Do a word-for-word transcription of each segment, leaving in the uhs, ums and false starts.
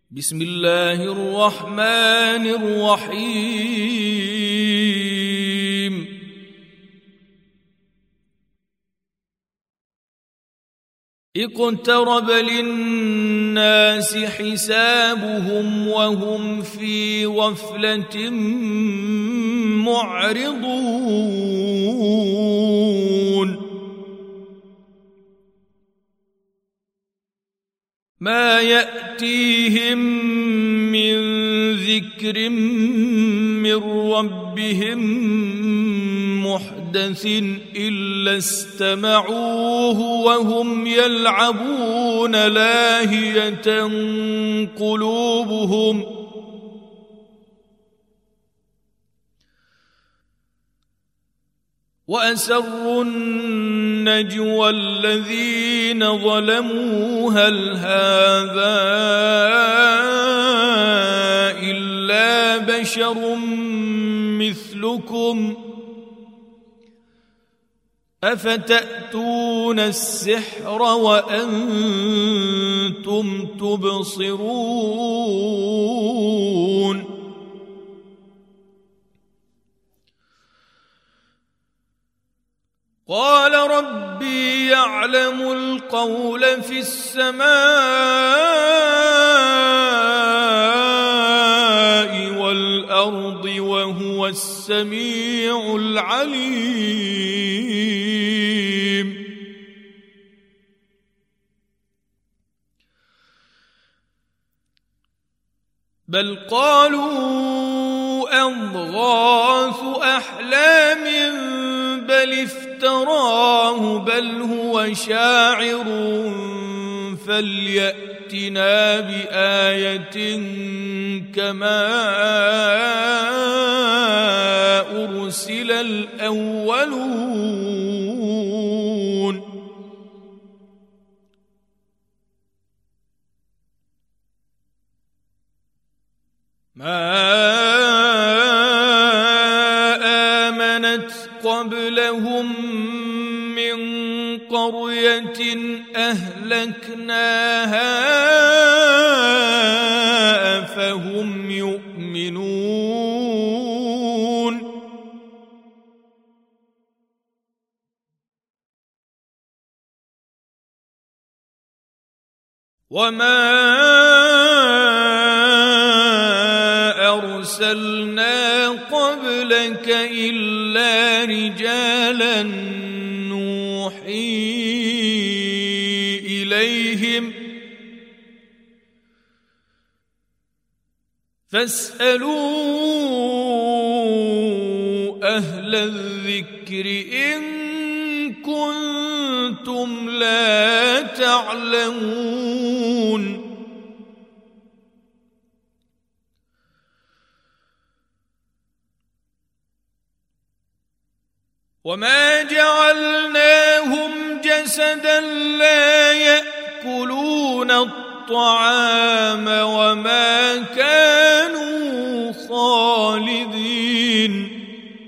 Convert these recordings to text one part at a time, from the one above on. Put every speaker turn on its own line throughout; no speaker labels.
بسم الله الرحمن الرحيم اقترب للناس حسابهم وهم في غفلة معرضون ما يأتيهم من ذكر من ربهم محدث إلا استمعوه وهم يلعبون لاهية قلوبهم وأسروا النجوى الذين ظلموا هل هذا إلا بشر مثلكم أفتأتون السحر وأنتم تبصرون قال ربي يعلم القول في السماء والأرض وهو السميع العليم بل قالوا أضغاث أحلام بل افتراه بل هو شاعر فليأتنا بآية كما أرسل الأولون ما آمنت قبلهم من قرية أهلكناها أفهم يؤمنون وما أرسلنا قبلك إلا رجالا نوحي إليهم فاسألوا أهل الذكر إن كنتم لا تعلمون وما جعلناهم جسدا لا يأكلون الطعام وما كانوا خالدين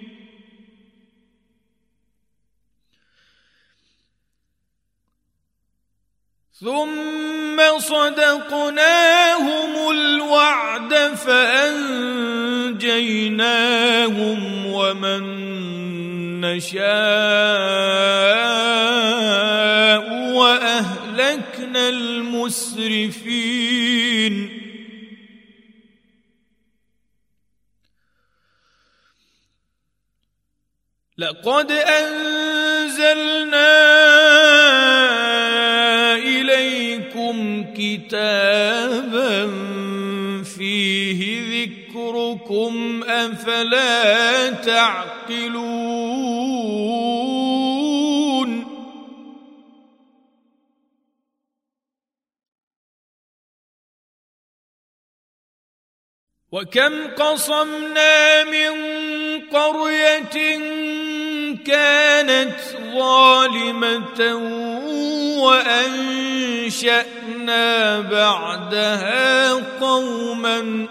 ثم صدقناهم الوعد فأنجيناهم ومن نشاء وأهلكنا المسرفين لقد أنزلنا إليكم كتابا فيه ذكركم أفلا تعقلون وكم قصمنا من قرية كانت ظالمة وأنشأنا بعدها قوما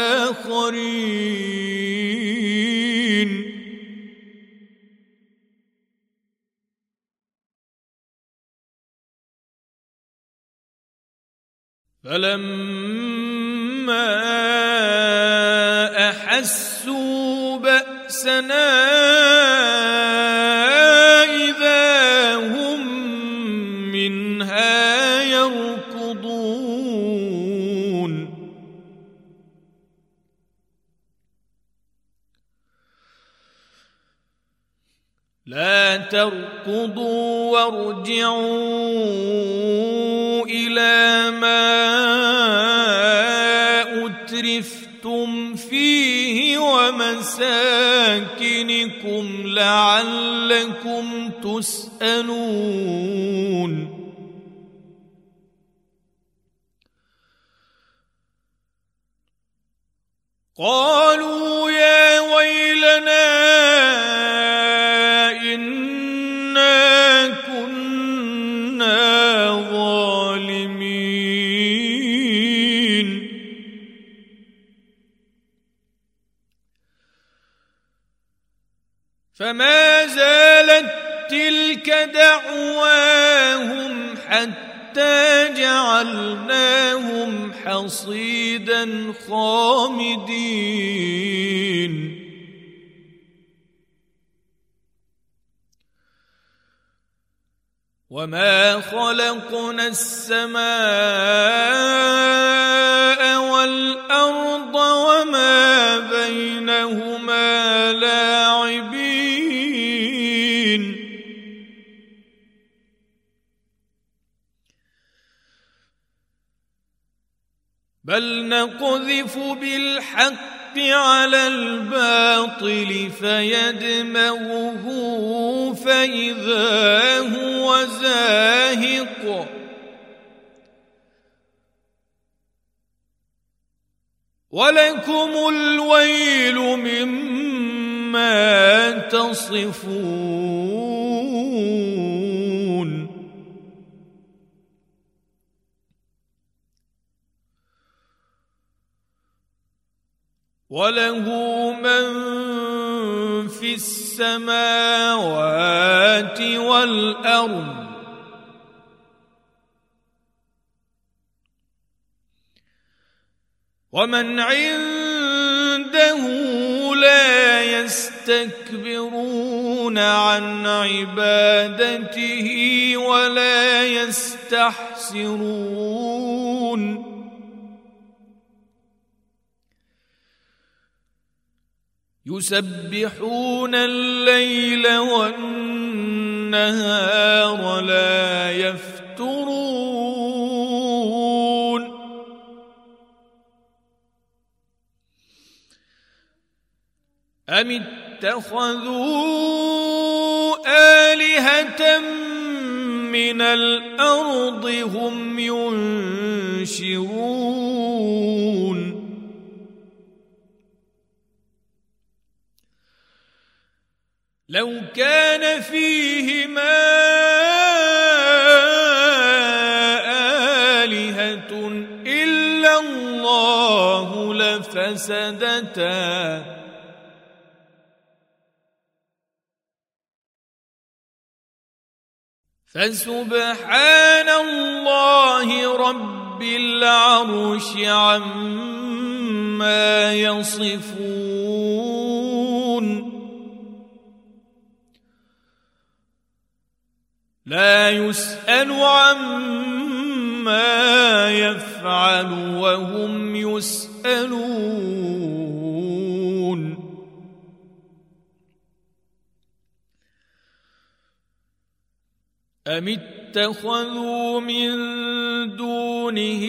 آخرين فلما أحسوا بأسنا إذا هم منها يركضون لا تركضوا وارجعوا إلى ما أترفتم فيه ومساكنكم لعلكم تسألون قالوا يا ويلنا إنا كنا ظالمين فما زالت تلك دعواهم حتى جعلناهم حصيدا خامدين وما خلقنا السماء والأرض وما بينهما لاعبين بل نقذف بالحق على الباطل فيدمغه فإذا هو زاهق ولكم الويل مما تصفون وله من في السماوات والأرض ومن عنده لا يستكبرون عن عبادته ولا يستحسرون يسبحون الليل والنهار لا يفترون أم اتخذوا آلهة من الأرض هم ينشرون لو كان فيهما آلهة إلا الله لفسدتا فسبحان الله رب العرش عما يصفون لا يسأل عما يفعل وهم يسألون أم اتخذوا من دونه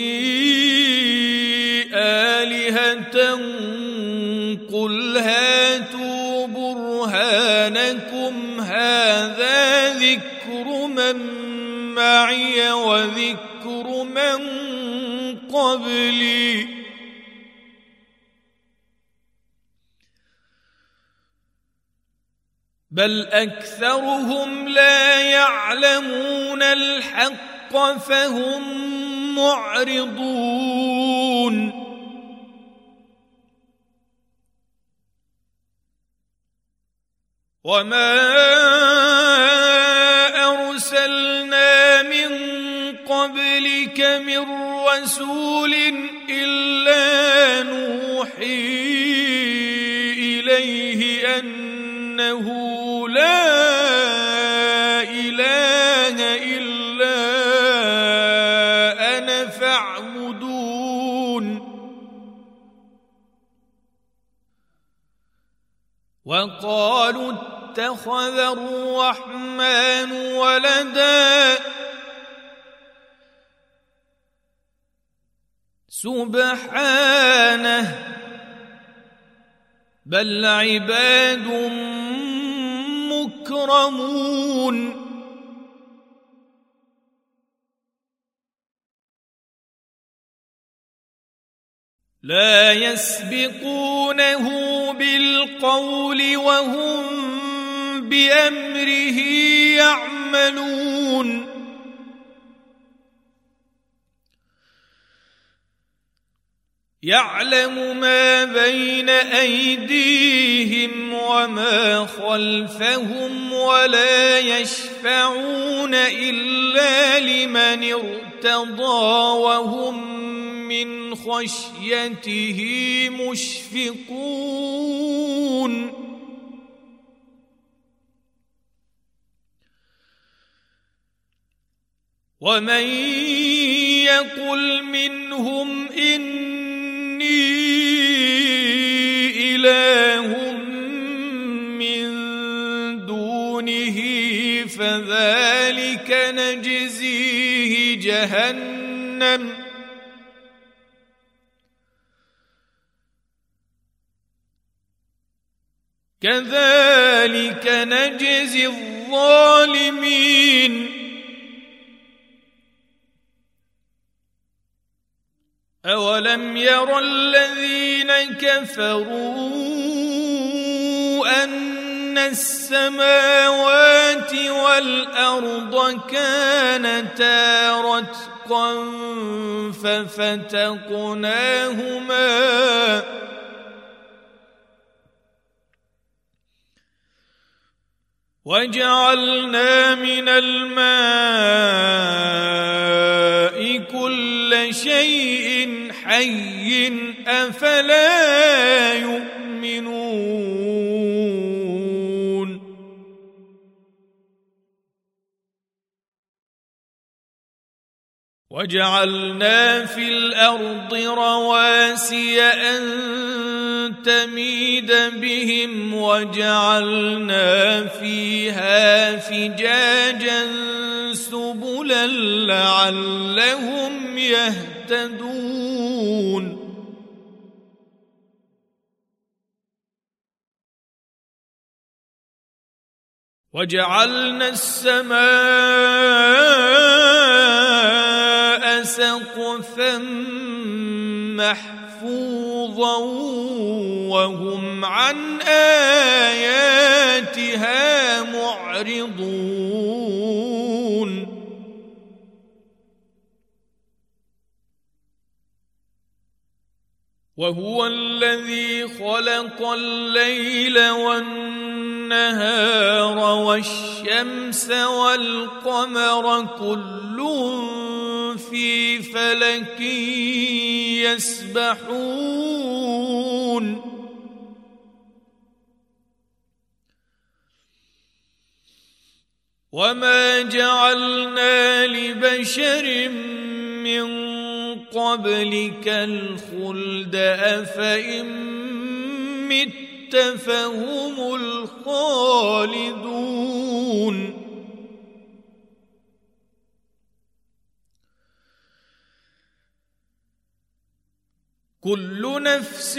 آلهة قل هاتوا برهانكم هذا ذكر من معي وذكر من قبلي بل أكثرهم لا يعلمون الحق فهم معرضون وما أرسلنا من قبلك من رسول إلا أنه لا إله إلا أنا فاعبدون وقالوا اتخذ الرحمن ولدا سبحانه بل عباد مكرمون لا يسبقونه بالقول وهم بأمره يعملون يعلم ما بين أيديهم وما خلفهم ولا يشفعون إلا لمن ارتضى وهم من خشيته مشفقون ومن يقل منهم إني إله من دونه فذلك نجزيه جهنم كذلك نجزي الظالمين أولم ير الذين كفروا أن السماوات والأرض كانتا رتقا ففتقناهما وجعلنا من الماء كل شيء حي أفلا يؤمنون وجعلنا في الأرض رواسي أن تميد بهم وجعلنا فيها فجاجا سبلا لعلهم يهتدون وجعلنا السماء سقفا محفوظا وهم عن آياتها معرضون وهو الذي خلق الليل والنهار والشمس والقمر كل في فلك يسبحون وما جعلنا لبشر من قبلك الخلد أفإن مت فهم الخالدون كل نفس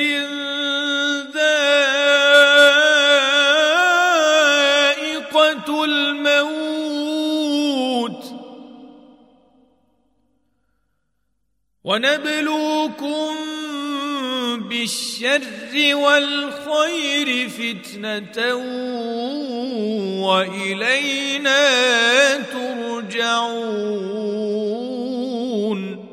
ذائقة الموت ونبلوكم بالشر والخير فتنة وإلينا ترجعون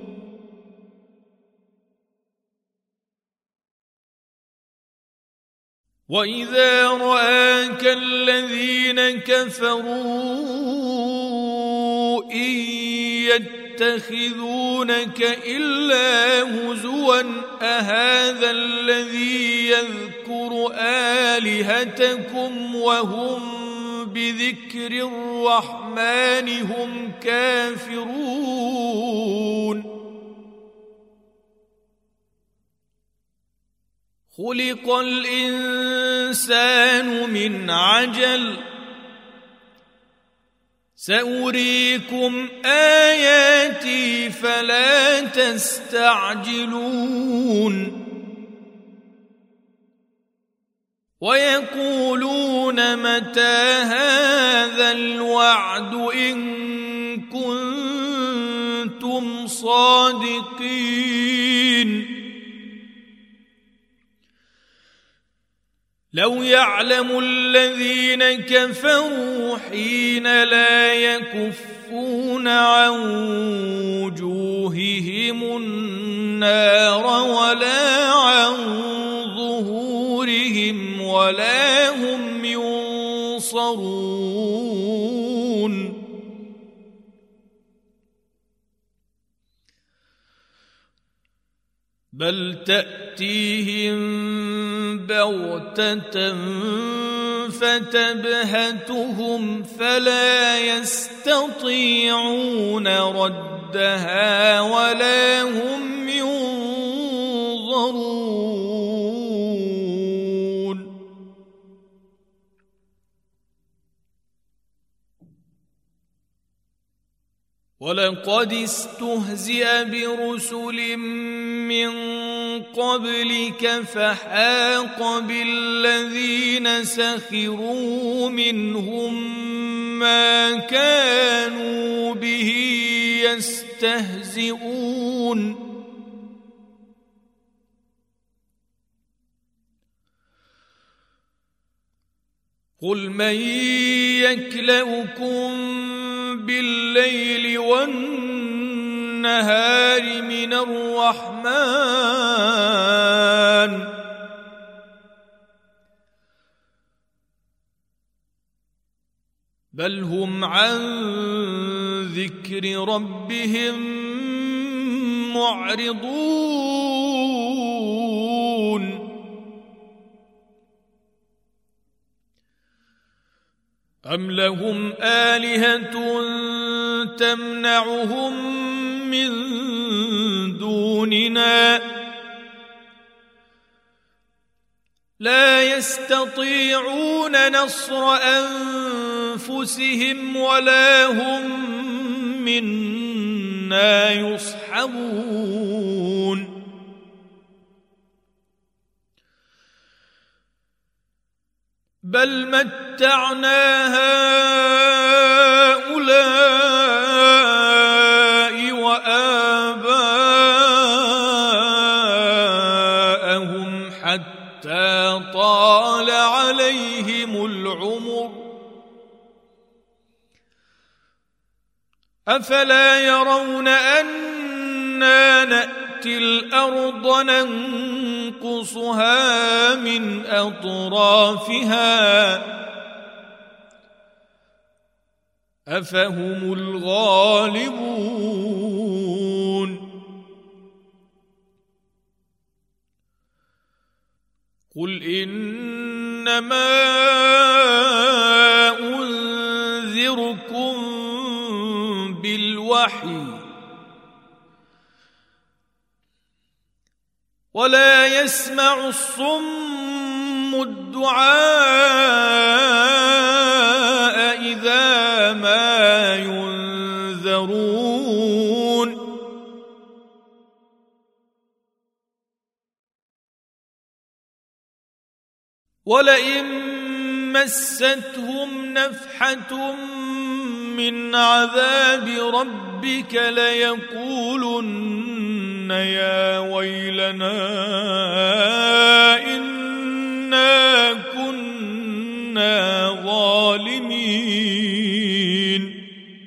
وإذا رآك الذين كفروا إن يتخذونك إلا هزوا أهذا الذي يذكر آلهتكم وهم بذكر الرحمن هم كافرون خلق الإنسان من عجل سأريكم آياتي فلا تستعجلون ويقولون متى هذا الوعد إن كنتم صادقين لو يعلم الذين كفروا حين لا يكفون عن وجوههم النار ولا عن ظهورهم ولا هم ينصرون بل تأتيهم بغتة فتبهتهم فلا يستطيعون ردها ولا هم ينظرون ولقد استهزئ برسل من قبلك فحاق بالذين سخروا منهم ما كانوا به يستهزئون قل من يكلؤكم بالليل والنهار من الرحمن بل هم عن ذكر ربهم معرضون أم لهم آلهة تمنعهم من دوننا لا يستطيعون نصر أنفسهم ولا هم منا يصحبون بل متعنا هؤلاء وآباءهم حتى طال عليهم العمر أفلا يرون أنا نأتي الأرض ننقصها من أطرافها أفهم الغالبون قل إنما أنذركم بالوحي ولا يسمع الصم الدعاء إذا ما ينذرون ولئن مستهم نفحة من عذاب ربك ليقولن يا ويلنا إنا كنا ظالمين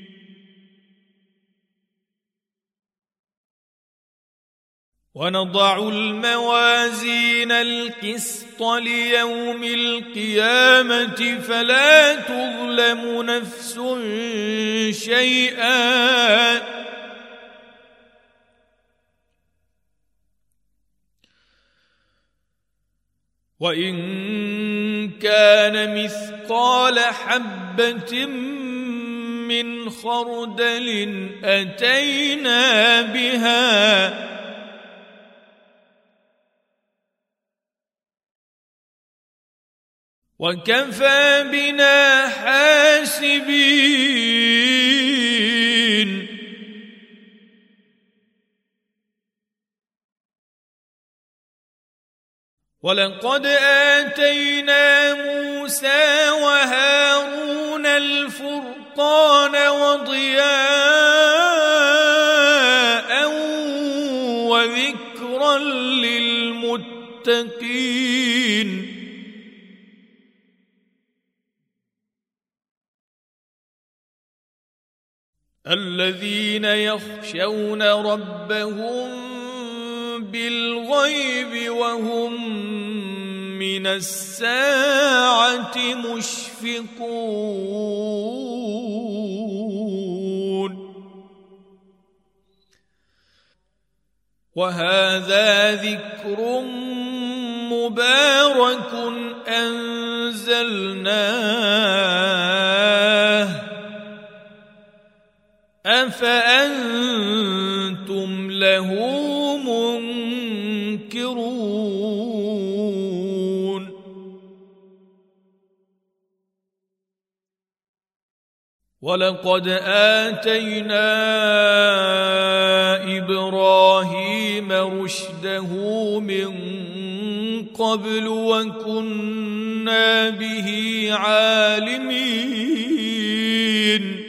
ونضع الموازين القسط ليوم القيامة فلا تظلم نفس شيئا وإن كان مثقال حبة من خردل أتينا بها وكفى بنا حاسبين ولقد آتينا موسى وهارون الفرقان وضياء وذكرا للمتقين الذين يخشون ربهم بالغيب وهم من الساعة مشفقون وهذا ذكر مبارك أنزلناه أفأنتم له منكرون ولقد آتينا إبراهيم رشده من قبل وكنا به عالمين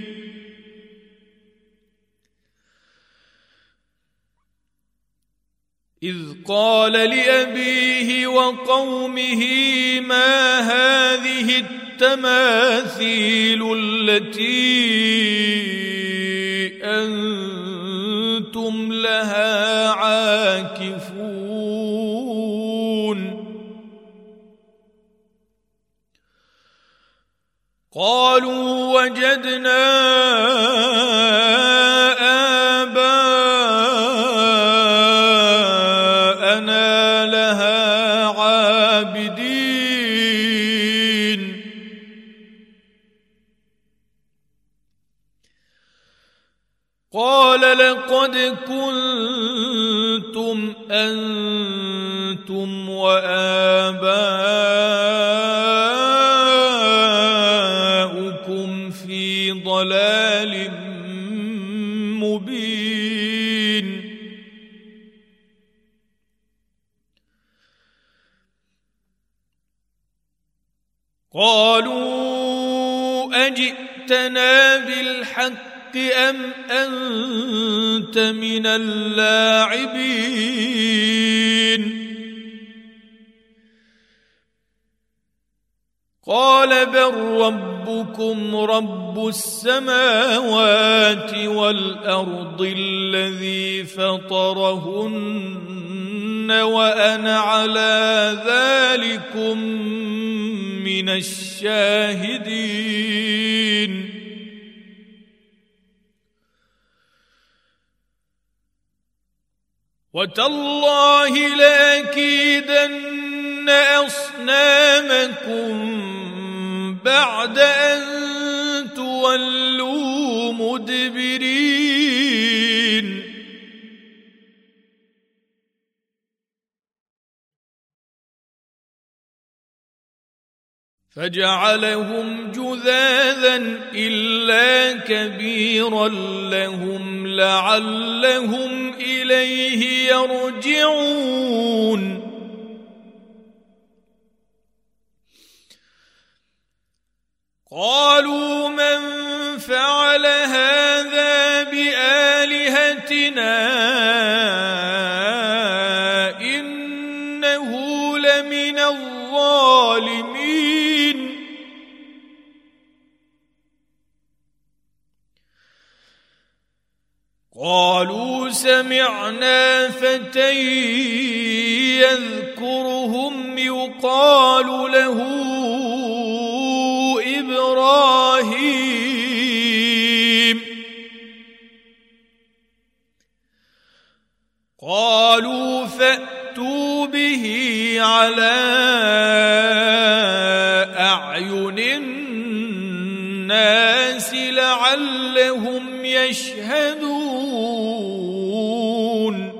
إذ قال لأبيه وقومه ما هذه التماثيل التي أنتم لها عاكفون قالوا وجدنا قال لقد كنتم أنتم وآباؤكم في ضلال مبين قالوا أجئتنا بالحق أم أنت من اللاعبين قال بل ربكم رب السماوات والأرض الذي فطرهن وأنا على ذلكم من الشاهدين وتالله لأكيدن أصنامكم بعد أن تولوا مدبرين فجعلهم جذاذا إلا كبيرا لهم لعلهم إليه يرجعون قالوا من فعل هذا بآلهتنا إنه لمن الظالمين قالوا سمعنا فتى يذكرهم يقال له إبراهيم قالوا فأتوا به على أعين الناس لعلهم يشهدون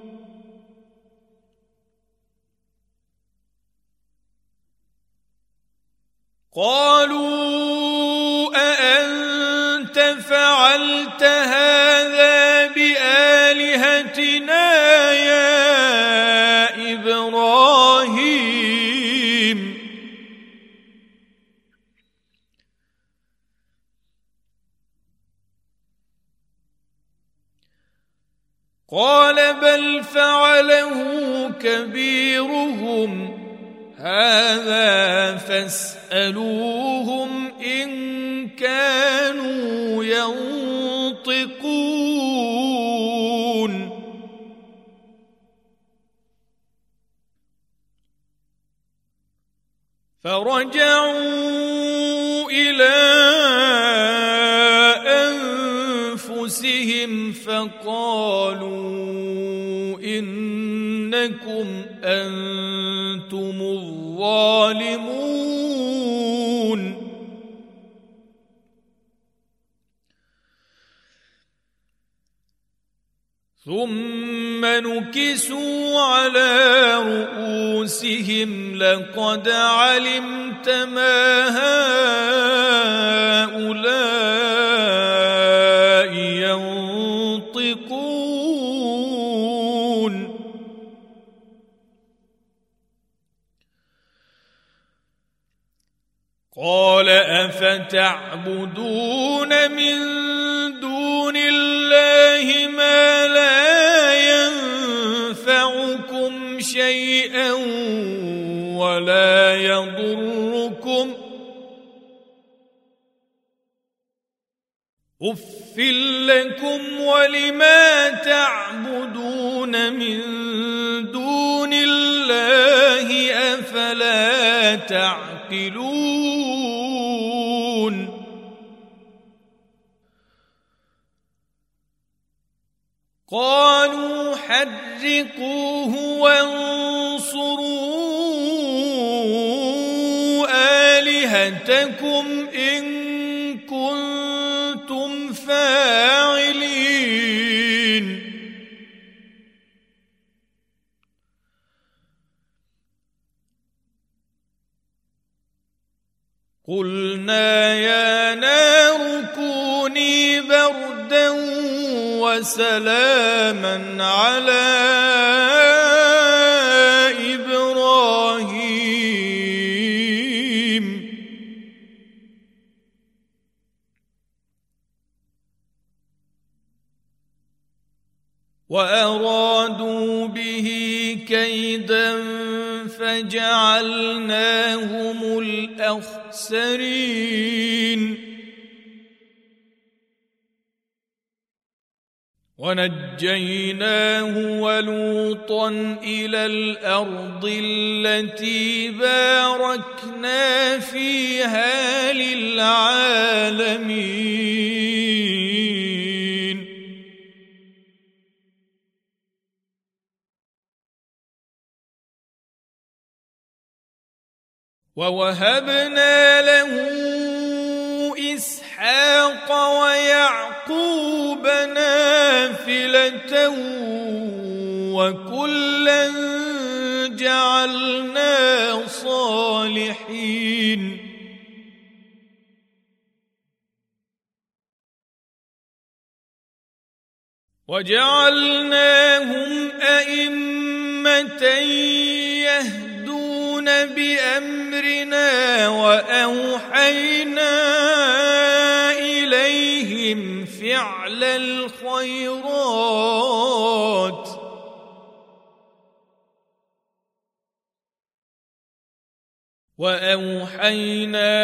قالوا أأنت فعلت هذا بآلهتنا يا إبراهيم قال بل فعله كبيرهم هذا فاسألوهم إن كانوا ينطقون فرجعوا إلى أنفسهم فقالوا إنكم أنتم الظالمون ثم نكسوا على رؤوسهم لقد علمت ما هؤلاء ينطقون قال أفتعبدون من دون الله ما لا ينفعكم شيئا ولا يضركم أف لكم ولما تعبدون من دون الله أفلا تعقلون قالوا حرقوه وانصروا آلهتكم إن كنتم فاعلين قلنا يا نار كوني بردا وسلاما على إبراهيم وأرادوا به كيدا فجعلناهم الأخسرين ونجيناه ولوطا إلى الأرض التي باركنا فيها للعالمين ووهبنا له إسحاق ويعقوب نافلة وكلا جعلنا صالحين وجعلناهم أئمة يهدون بأمرنا وأوحينا إليهم فعل الخيرات وأوحينا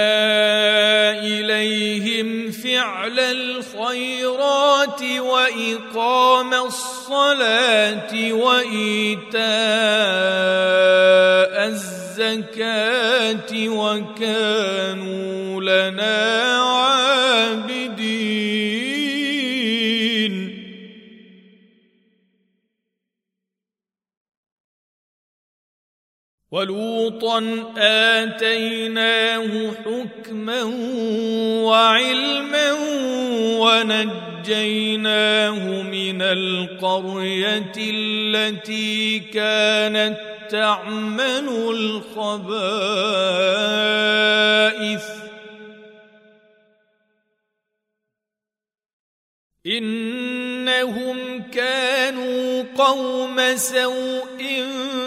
إليهم فعل الخيرات وإقام الصلاة وإيتاء الزكاة وكانوا لنا ولوطا آتيناه حكما وعلما ونجيناه من القرية التي كانت تعمل الخبائث إنهم كانوا قوم سوء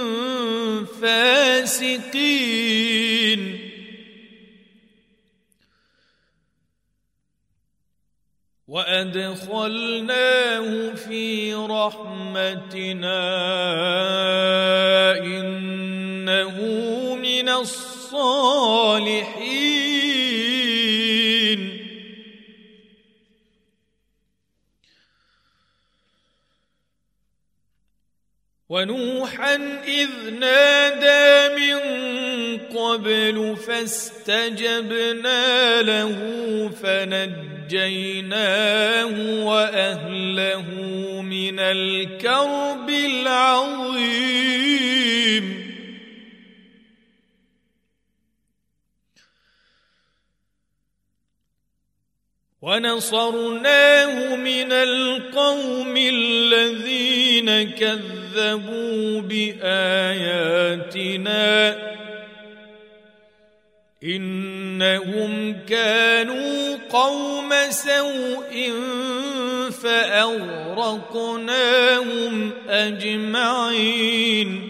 فاسقين وأدخلناه في رحمتنا إنه من الصالحين ونوحا إذ نادى من قبل فاستجبنا له فنجيناه وأهله من الكرب العظيم ونصرناه من القوم الذين كذبوا بآياتنا إنهم كانوا قوم سوء فأغرقناهم أجمعين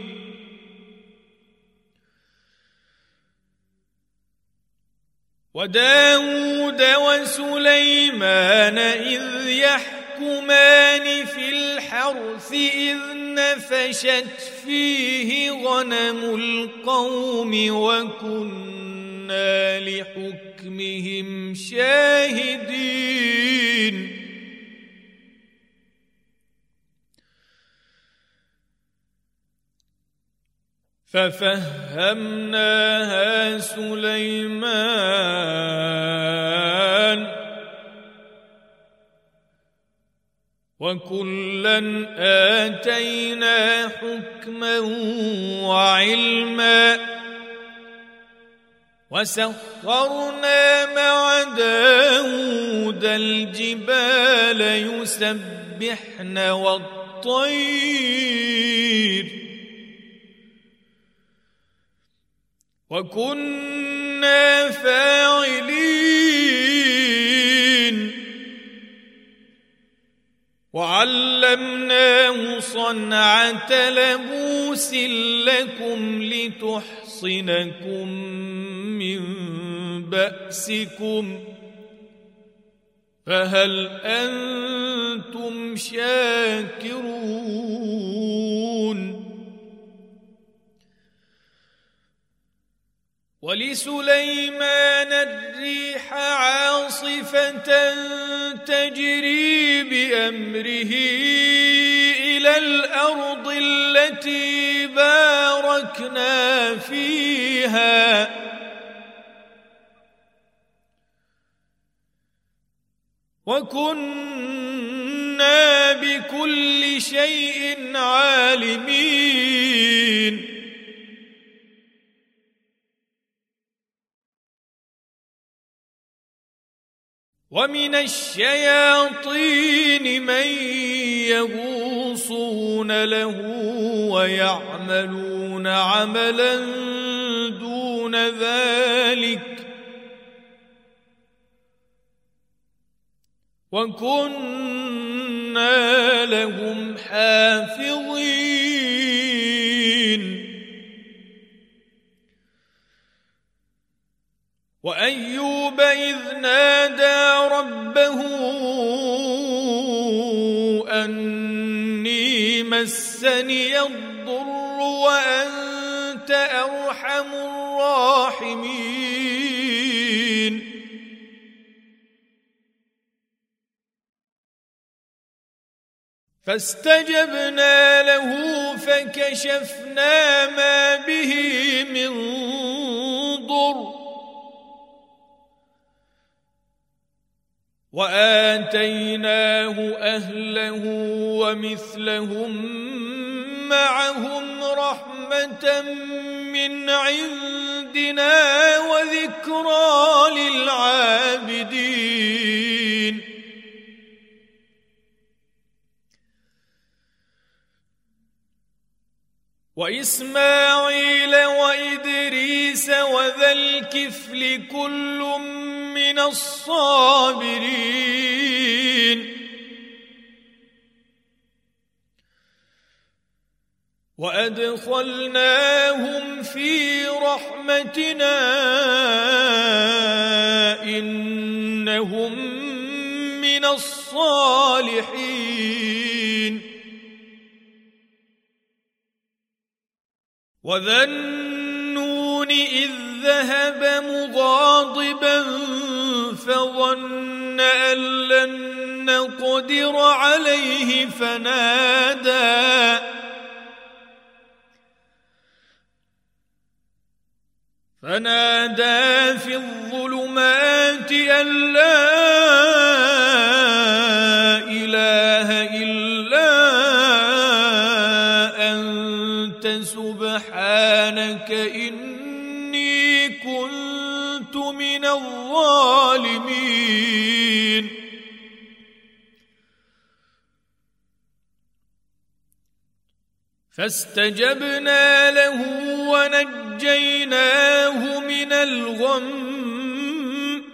وداود وسليمان إذ يحكمان في الحرث إذ نفشت فيه غنم القوم وكنا لحكمهم شاهدين ففهمناها سليمان وكلا آتينا حكما وعلما وسخرنا مع داود الجبال يسبحن والطير وكنا فاعلين وعلمناه صنعة لبوس لكم لتحصنكم من بأسكم فهل أنتم شاكرون ولسليمان الريح عاصفة تجري بأمره إلى الأرض التي باركنا فيها وكنا بكل شيء عالمين ومن الشياطين من يغوصون له ويعملون عملا دون ذلك وكنا لهم حافظين وأيوب إذ نادى ربه أني مسني الضر وأنت أرحم الراحمين فاستجبنا له فكشفنا ما به من ضر وآتيناه أهله ومثلهم معهم رحمة رحمة من عندنا وذكرى للعابدين وإسماعيل وإدريس وذا الكفل كل من الصابرين وأدخلناهم في رحمتنا إنهم من الصالحين وذا النون إذ ذهب مغاضبا فظن أن لن نقدر عليه فنادى فنادى في الظلمات أن لا إله إلا أنت سبحانك إني كنت من الظالمين فاستجبنا له ونجيناه من الغم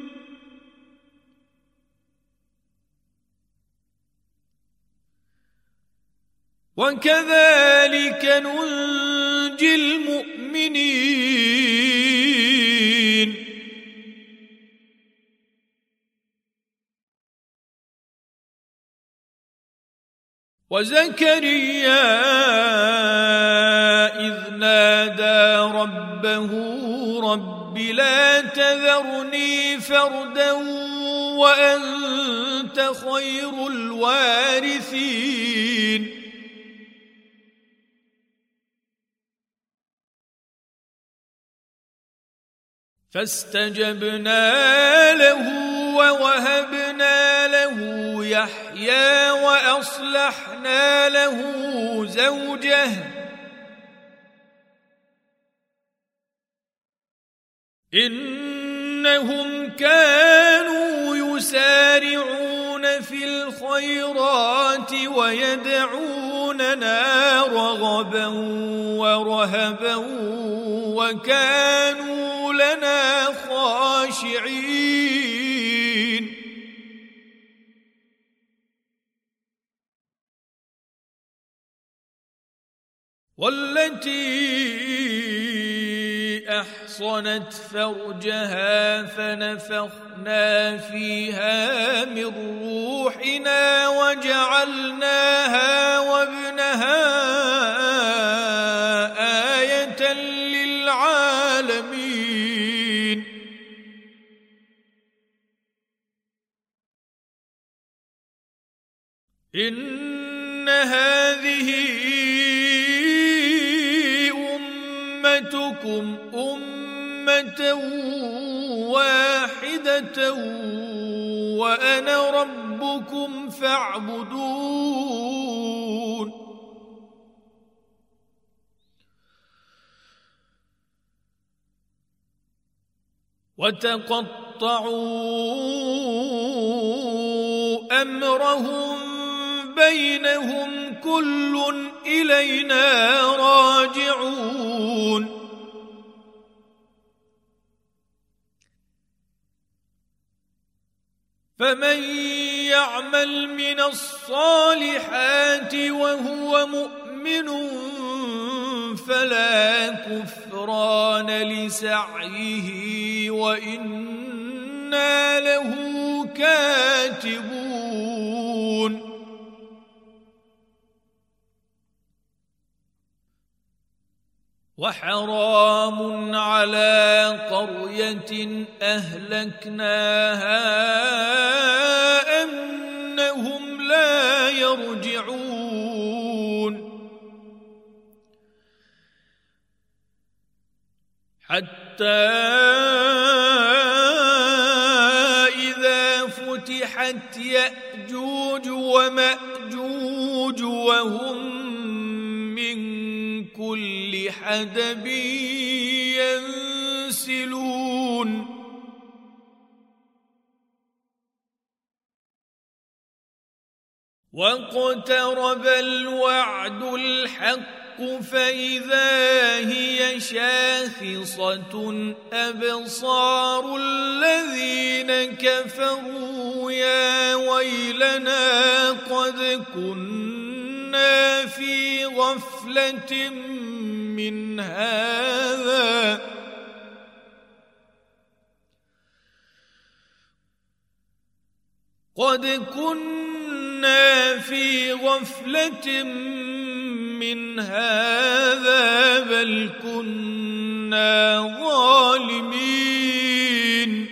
وكذلك ننجي المؤمنين وزكريا إذ نادى ربه رب لا تذرني فردا وأنت خير الوارثين فاستجبنا له ووهبنا له يحيى وأصلحنا له زوجه إنهم كانوا يسارعون في الخيرات ويدعوننا رغبا ورهبا وكانوا لنا خاشعين والتي أحصنت فرجها فنفخنا فيها من روحنا وجعلناها وابنها آية للعالمين إن هذه أمتكم أمة واحدة وأنا ربكم فاعبدون وتقطعوا أمرهم بينهم كل إلينا راجعون فمن يعمل من الصالحات وهو مؤمن فلا كفران لسعيه وإنا له كاتبون وحرام على قرية أهلكناها أنهم لا يرجعون حتى إذا فتحت يأجوج ومأجوج وهم من كل حدب حدب ينسلون واقترب الوعد الحق فإذا هي شاخصة أبصار الذين كفروا يا ويلنا قد كنا في غفلة من هذا قد كنا في غفلة من هذا بل كنا ظالمين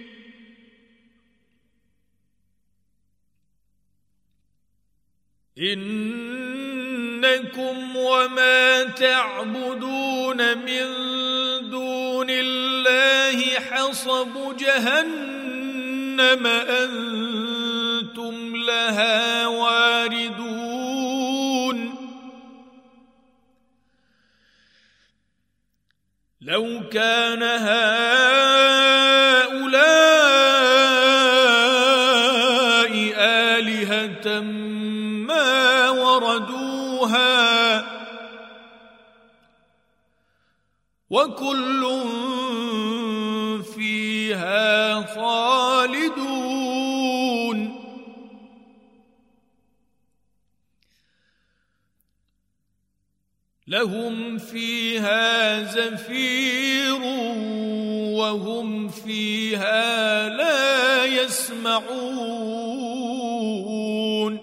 إنكم وما تعبدون من دون الله حصب جهنم أنتم لها واردون لو كان هؤلاء آلهة ما وردوها وكل فيها خالدون لهم فيها زفير وهم فيها لا يسمعون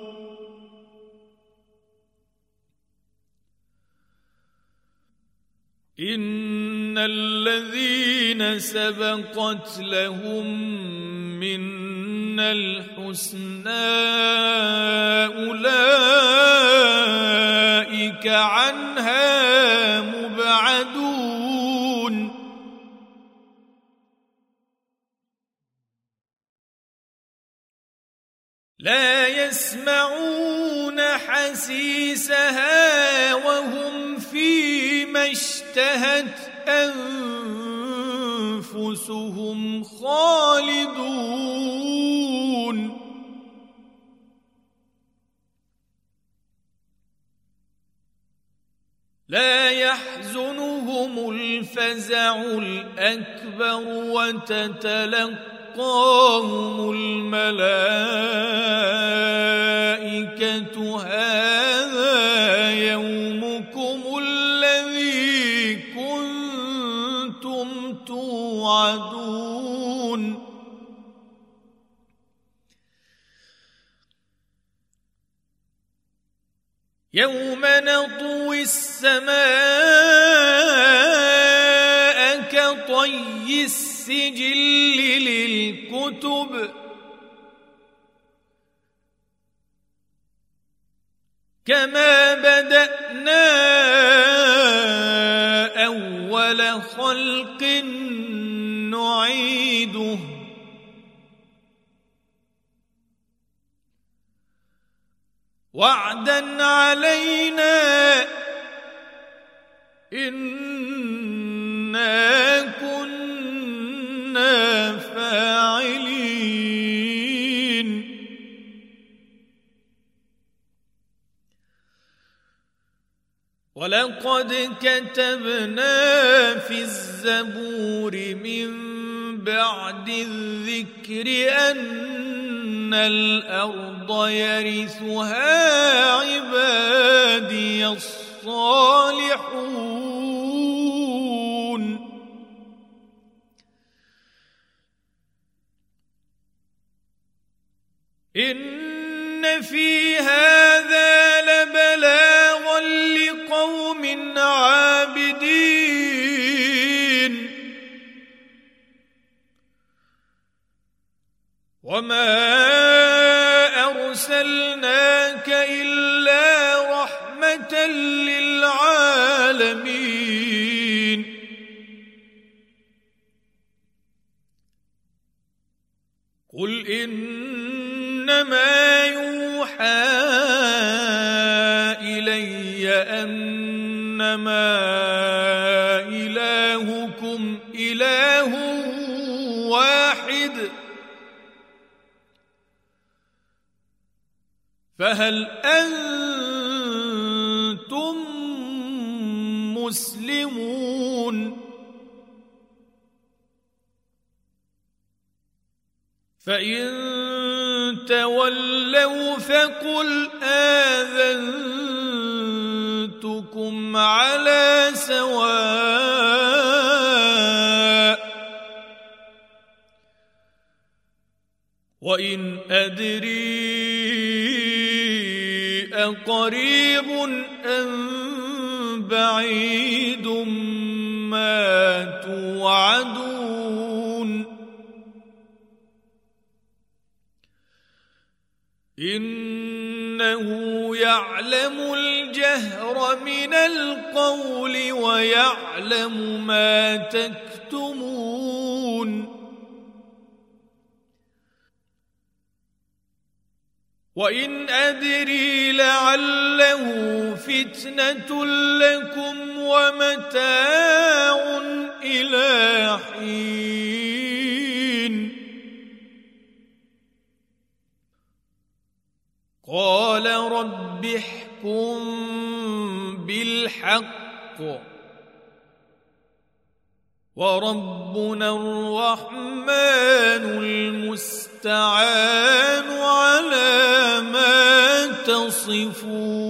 إن الذين سبقت لهم منا الحسنى أولئك عنها مبعدون لا يسمعون حسيسها وهم فيما اشتهت أنفسهم خالدون لا يحزنهم الفزع الأكبر وتتلقاهم الملائكة هذا يومكم الذي كنتم توعدون يوم نطوي السماء كطي السجل للكتب كما بدأنا أول خلق نعيده وعدا علينا إنا كنا فاعلين ولقد كتبنا في الزبور من بعد الذكر أن الأرض يرثها عبادي الصالحون إن في هذا لبلاغا لقوم عابدين وما أرسلناك إلا رحمة للعالمين قل إنما يوحى إلي أنما فهل أنتم مسلمون؟ فإن تولوا فقل آذنتكم على سواء وإن أدري أقريب أم بعيد ما توعدون إنه يعلم الجهر من القول ويعلم ما تكتمون وإن أدري لعله فتنة لكم ومتاع إلى حين قال رب احكم بالحق وربنا الرحمن المستعان على ما تصفون.